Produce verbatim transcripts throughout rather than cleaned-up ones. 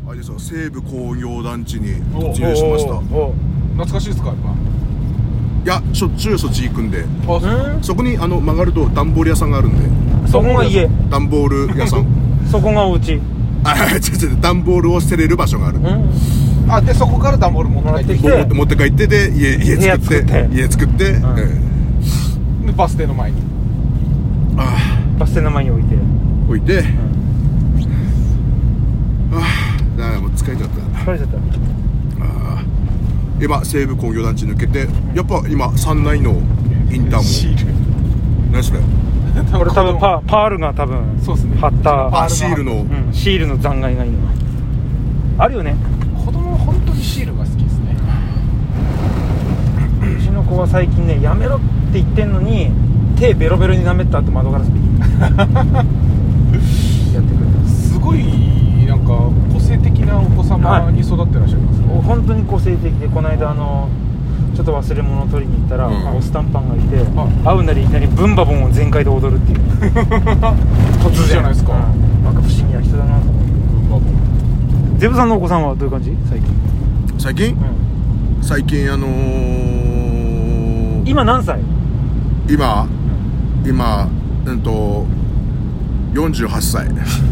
あれですよ、西武工業団地に突入してました。 懐かしいですか今？ いや、しょっちゅうそっち行くんで、 あ、 そこにあの曲がると段ボール屋さんがあるんで。 そこが家。 段ボール屋さんそこがお家。 あ、違う違う、段ボールを捨てれる場所がある。 あ、でそこから段ボール持って帰ってきて持って帰ってで家家作って家作ってでバス停の前にバス停の前に置いて置いて、ああ、だからもう疲れちゃった。 疲れちゃった。 ああ、今西武工業団地抜けて、やっぱ今山内のインターもシール何それ？ これ多分パパールが多分そうですね、 貼ったあシールの、 うん、シールの残骸がいいのあるよね。 子供は本当にシールが好きですね。 うちの子は最近ね、やめろって言ってんのに手ベロベロに舐めた後窓ガラスビーやってくれた。 すごいなんか個性的なお子様に育ってらっしゃいますね、はい、 本当に個性的で、この間あのちょっと忘れ物を取りに行ったら、うん、おスタンパンがいて、はい、会うなりいきなりブンバボンを全開で踊るっていう突然じゃないですか、 うん、なんか不思議な人だなと思って。ブンバボン。ゼブさんのお子さんはどういう感じ最近？ 最近、うん、最近あのー、 今何歳？ 今、うん、今うんとよんじゅうはっさい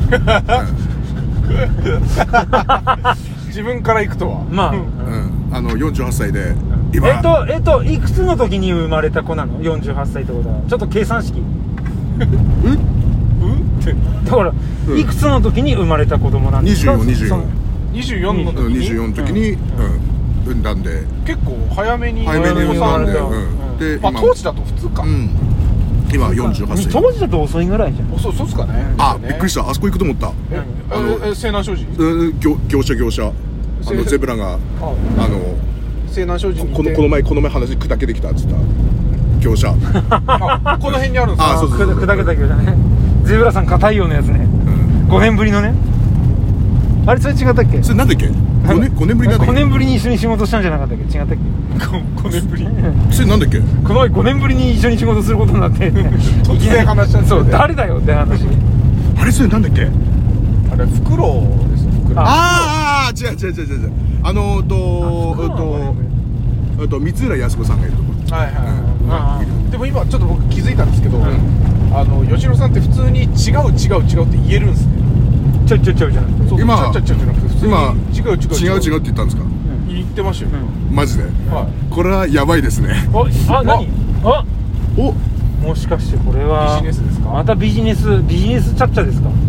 自分から行くとはまあ、うんうん、あのよんじゅうはっさいで今えっとえっといくつの時に生まれた子なの？よんじゅうはっさいってことはちょっと計算式うんうんってだから、うん、いくつの時に生まれた子供なんですか？ にじゅうよん、 にじゅうよんの時ににじゅうよんの時に、うんうん、産んだんで結構早めに早めに産んだんで、うんうんでまあ、当時だと普通か、うん、 今よんじゅうはっさい。 当時だと遅いぐらいじゃん。 遅いそうっすかね。 あ、びっくりした、あそこ行くと思った。 えあのえ西南商事、 業業者業者あのゼブラがあの西南商事にこのこの前この前話砕けてきたっつった業者あこの辺にあるんですか？ あ、そうそうそう、 砕けた業者ね。ゼブラさん硬いようなやつね、うん、ごねんぶりのね。あれそれ違ったっけ？ それなんだっけ？ ご 年, ご年ぶりなんだっけ？ ごねんぶりに一緒に仕事したんじゃなかったっけ？違ったっけ？ ごねんぶりそれなんだっけ？ この前ごねんぶりに一緒に仕事することになって突然話しちゃって、 そう誰だよって話。 あれそれなんだっけ？ あれフクロウですよ。フクロウ。 ああ違う違う違う違うあのーとーとーと三浦靖子さんがいるところ。はいはい、うん、でも今ちょっと僕気づいたんですけど、うん、あの吉野さんって普通に違う違う違うって言えるんですね。 ちょちょちょじゃなくて今ちょちょちょじゃなくて普通に今違う違う違う違うって言ったんですか？ 言ってましたよ、 うん、マジで、はい、これはやばいですね。 あ、あ、何？あ、 お、 もしかしてこれはビジネスですか？ またビジネスビジネスチャッチャですか？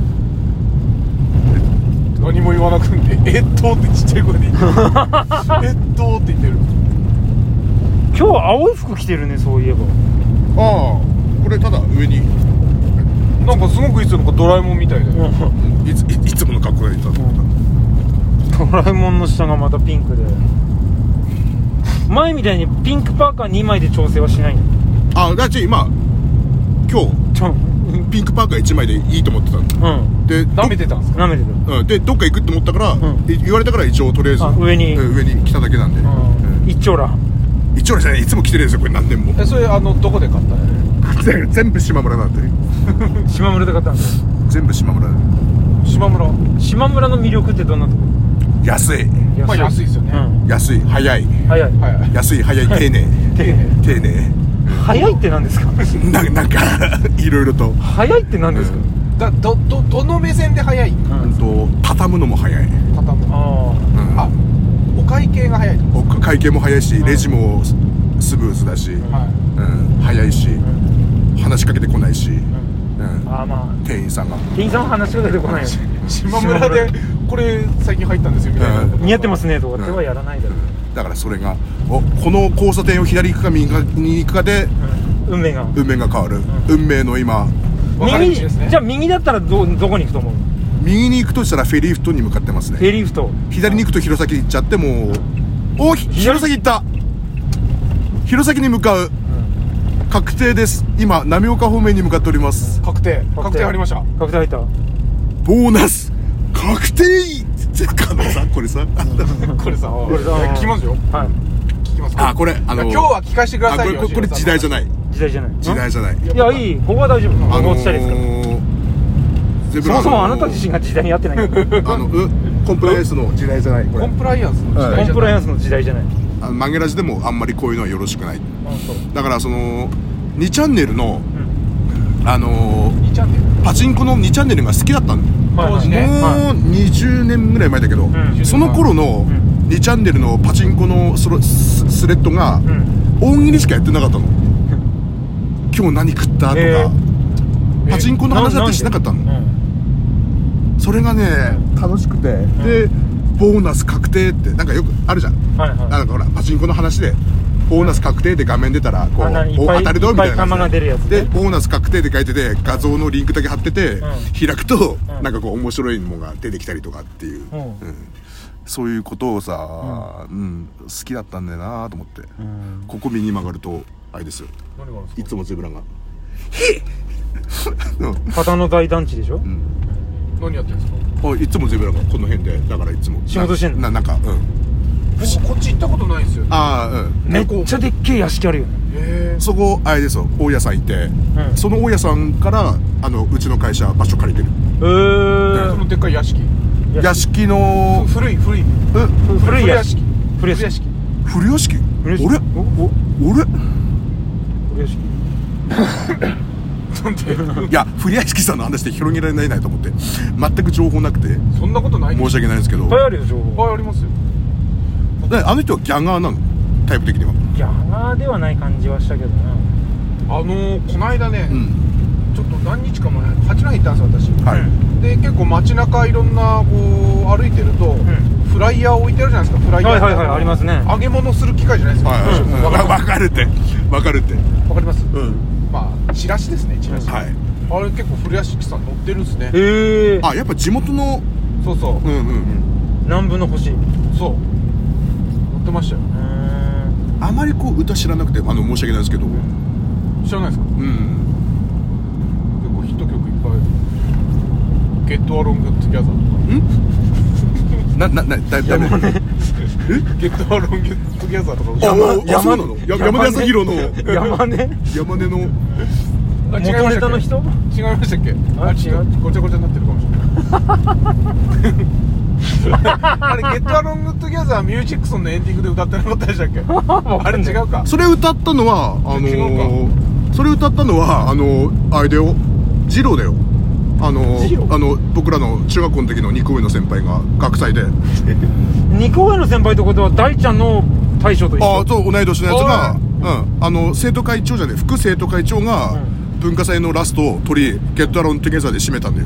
何も言わなくてえっとってちっちゃい声で言ってるえっとって言ってる。 今日は青い服着てるね、そういえば。 ああ、これただ上になんかすごくいつもドラえもんみたいで、 うん、い, つ い, いつもの格好でいたと思った、 うん、ドラえもんの下がまたピンクで前みたいにピンクパーカーにまいで調整はしないの？ あ、だって今今日ピンクパーカーいちまいでいいと思ってたの、うん、で舐めてたんですか？ 舐めてた、 うん、でどっか行くって思ったから、うん、言われたから一応とりあえず上に、 うん、上に来ただけなんで、 うん、一丁羅一丁羅じゃない、いつも来てるんですよこれ何年も。 えそれあのどこで買ったの？ 全部島村なんで島村で買ったんですよ。 全部島村。 島村島村の魅力ってどんなところ？ 安い、 まあ、安いですよね、 うん、安い、早い、 早い、 安い、早い、丁寧丁寧丁寧早いって何ですか？ な, なんかいろいろと早いって何ですか？うん、 だ ど, ど, どの目線で早い？ うんと畳むのも早い。 畳む、あ、うん、あ、お会計が早い。 お会計も早いし、レジもスムーズだし、うんうん、早いし、うん、話しかけてこないし、うんうん、あ、まあ、店員さんが店員さんは話しかけてこないよ。 島村でこれ最近入ったんですよみたいな、 似合ってますねとかってはやらないだろう、うん、 だからそれがおこの交差点を左行くか右に行くかで、 うん、運命が運命が変わる、うん、運命の今右、ね、じゃあ右だったら ど, どこに行くと思う？ 右に行くとしたらフェリーフトに向かってますね。 フェリーフト。 左に行くと弘前行っちゃってもう、うん、お弘前行った。弘前に向かう、うん、確定です。今浪岡方面に向かっております。 確定確定入りました。 確定入った。 ボーナス確定ってかのさこれさこれさこれさ聞きますよ。はい、聞きます。 あ、これあの今日は聞かせてくださいよ。 これこれ時代じゃない時代じゃない時代じゃない。 いや、いい、ここは大丈夫。あのー、したいですから。 ゼブラそもそもあなた自身が時代に合ってない。 あのうコンプライアンスの時代じゃないこれコンプライアンスの時代じゃない、 コンプライアンスの時代じゃない。 あのマゲラジでもあんまりこういうのはよろしくない。 あ、そう。 だからそのにチャンネルの、 うん、 あのー、 にチャンネルパチンコのにチャンネルが好きだったんだ、 はいはい、 当時ねもうにじゅうねんぐらい前だけど、 んその頃のにチャンネルのパチンコのスロススレッドが、 うん、 大喜利しかやってなかったの。今日何食ったとか、 えパチンコの話だってしなかったの、 うん、 それがね楽しくて、うん、でボーナス確定ってなんかよくあるじゃん、はいはい、なんかほらパチンコの話でボーナス確定で画面出たらこう当たるぞみたいな玉が出るやつ、ね、 でボーナス確定って書いてて画像のリンクだけ貼ってて、うん、開くと、うん、なんかこう面白いものが出てきたりとかっていう、うんうん、そういうことをさ、うんうん、好きだったんだよなと思って、うん、ここ右に曲がるとあれですよ、いつもゼブラが旗の大団地でしょ、うん、 何やってんですか。 あ、いつもゼブラがこの辺で、だからいつも仕事してんの。 な、なんか、うん、 僕こっち行ったことないんですよ、ね、 ああ、うん、 めっちゃでっけえ屋敷あるよね。 へえ。そこあれですよ、大家さんいて、うん、その大家さんからあのうちの会社場所借りてる。 へえ。 そのでっかい屋敷屋敷の古い古い古い屋敷古い屋敷古い屋敷俺俺古い屋敷いや、古屋敷さんの話で広げられないなと思って全く情報なくて、そんなことない、申し訳ないですけど。いっぱいあるよ情報。 いっぱいありますよ。 であの人はギャガーなの、タイプ的には。 ギャガーではない感じはしたけどな。 あのー、この間ね、うん、ちょっと何日か前八戸行ったんですよ私、はい、で結構街中いろんなこう歩いてると、うん、フライヤー置いてあるじゃないですか。フライヤー、 はいはいはい、ありますね。 揚げ物する機械じゃないですか。はいはいはい、 分かるって分かるって分かります、 うん、 まあチラシですね、チラシ、はい、あれ結構古屋敷さん乗ってるんですね。 へえ。あ、やっぱ地元の。 そうそう、うんうんうん、 南部の星、 そう乗ってましたよ。 あまりこう歌知らなくてあの申し訳ないですけど、うん、 知らないですか。うん、結構ヒット曲いっぱい、ゲットアロングトゥギャザーとか。 んな、な、な、だ、だめゲットアロングトゥギャザーとか。 山、山なの山根康弘の山根山根の元ネタの人違いましたっけ。あ、違う、ごちゃごちゃになってるかもしれないあれ、ゲットアロングトゥギャザーミュージックソンのエンディングで歌ってなかったでしたっけあれ違うか。 それ歌ったのはあのー、それ歌ったのはあのー、あれだよ、ジローだよ。あのー、あの僕らの中学校の時のにこ上の先輩が学祭でにこ上の先輩ってことは大ちゃんの大将と一緒。 ああ、そう、同い年のやつが、うん、あの生徒会長じゃね、副生徒会長が、うん、文化祭のラストを取りゲットアロントゥゲザーで締めたんだよ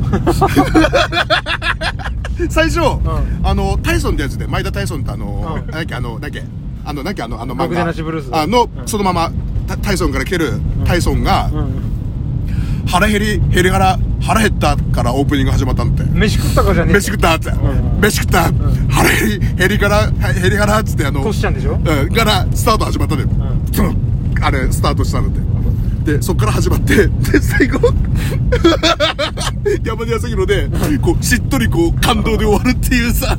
最初、うん、あのタイソンってやつで、前田タイソンってあの、うん、なんだっけあのなんだっけあのなんだっけあのあの漫画あの、うん、そのままタイソンから来てるタイソンが、うんうん、腹減り減り腹腹減ったからオープニング始まったんだって。 飯食ったかじゃねえ。 飯食ったって、うん、飯食った、うん、腹減り減りから減り腹っつってあのトシちゃんでしょ、うん、 からスタート始まったんだよ、うん、そのあれスタートしたんだって。でそっから始まってで最後山根康弘でこうしっとりこう感動で終わるっていうさ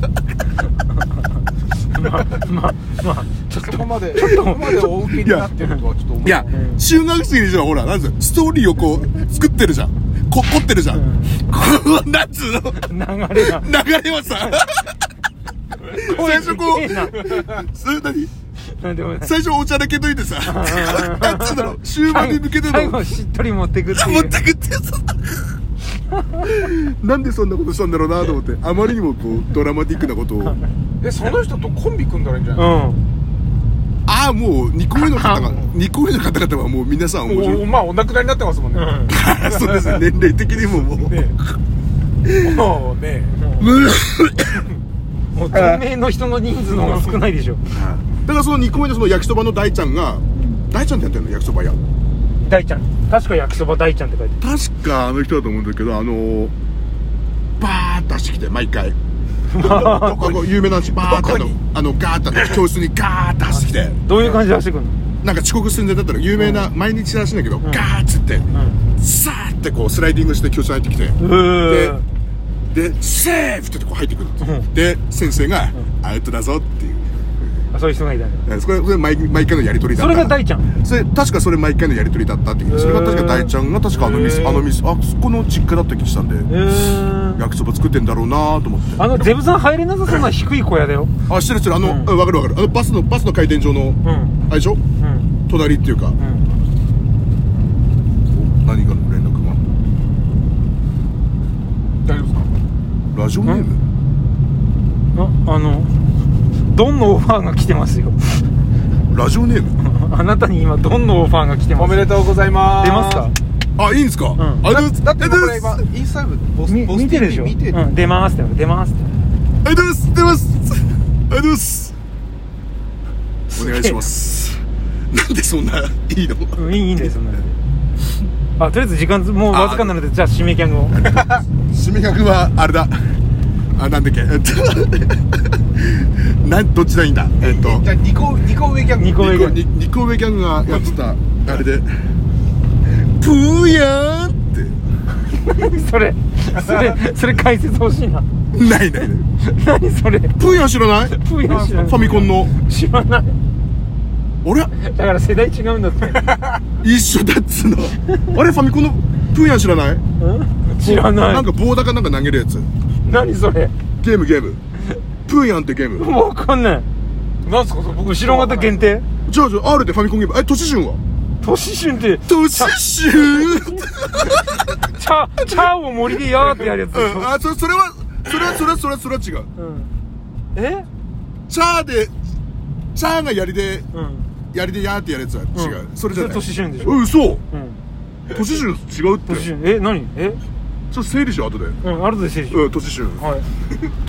まあまあまあちょっとそこまでそこまでお受けになってるとはちょっと思う。 いや、中学生にじゃほらなんつうストーリーをこう作ってるじゃん、こ凝ってるじゃん、うん、こうなんつうの流れが流れはさ最初こうそれ何最初おちゃらけといてさなんつうんだろう、終盤に向けての最後しっとり持ってくっていう持ってくってさなんでそんなことしたんだろうなと思って、あまりにもこうドラマティックなことをえ、その人とコンビ組んだらいいんじゃない、うん、 ああ、もうにこめの方がにこめの方々はもう皆さん面白い。 まあお亡くなりになってますもんね、 うん、そうですね、年齢的にももうねもうねもう透明の人の人数の方が少ないでしょだからそのにこめのその焼きそばの大ちゃんが、うん、大ちゃんってやってるの、焼きそば屋大ちゃん、確か焼きそば大ちゃんって書いてる。確かあの人だと思うんだけど、あのー、バーッ出してきて毎回有名な話バーッとあのあのガーッと教室にガーッと出してきて、 どういう感じで出してくるの。 なんか遅刻寸前だったら有名な、うん、毎日らしいんだけど、うん、ガーッつって、うん、さーってこうスライディングして教室に入ってきて、ででセーフってこう入ってくる、うん、で先生が、うん、アウトだぞっていうあ、そういう人がいたんだ。 それそれ毎毎回のやり取りだった。 それが大ちゃん。 それ確かそれ毎回のやり取りだったって聞いて、それが確か大ちゃんが確かあの店あの店あそこの実家だった気がしたんで、焼きそば作ってんだろうなと思って。 あのゼブさん入れなさそうな低い小屋だよ。 あ、知ってる知ってる。あの、うん、分かる分かる。あのバスのバスの回転場の、うん、あれでしょ、うん、隣っていうか、うん、何かの連絡が大丈夫ですか。 ラジオネーム、 あ、あのドンのオファーが来てますよ。 ラジオネームあなたに今ドンのオファーが来てます。 おめでとうございます。 出ますか。 あ、いいんですか、うん、あだ, だってこれ今インスタグボス見てるでしょ。 見てる、 うん、出ますって出ますってありがとうございます出ますありがとうございます。お願いします。なんでそんないいの、 うん、いいんだよそんなの。あ、とりあえず時間もうわずかなので、じゃあ締めギャグを締めギャグはあれだ、あ、なんだっけ、えっとなんどっちがいいんだ、えっとじゃあにこにこ上ギャグ、 にこ上ギャグ、 にこ上ギャグがやってたあれでプーヤーンってそれそれそれ解説欲しいな。 ないないない何それ。 プーヤン知らない。 プーヤン知らない。 ファミコンの知らない。 あれだから世代違うんだって。 一緒だっつうの。あれファミコンのプーヤン知らない。 知らない。 なんか棒だかなんか投げるやつ。 何それ。 ゲームゲームプーヤンってゲーム。 わかんない。 なんすかそれ。僕後ろ型限定。 じゃあじゃあ R でファミコンゲーム。え、トシシュンは。 トシシュンってトシシュンチャチャーを森でやーってやるやつ、 うん、あ、それそれはそれはそれはそれはそれは違う、うん、 えチャーでチャーが槍で、うん、槍でやーってやるやつは違う、うん、それじゃない。 トシシュンでしょ。 うん、嘘、うん、トシシュン違うって。 トシシュン、え、何、え、 ちょっと整理しよう後で。 うん、後で整理しよう。 うん、トシシュン、はい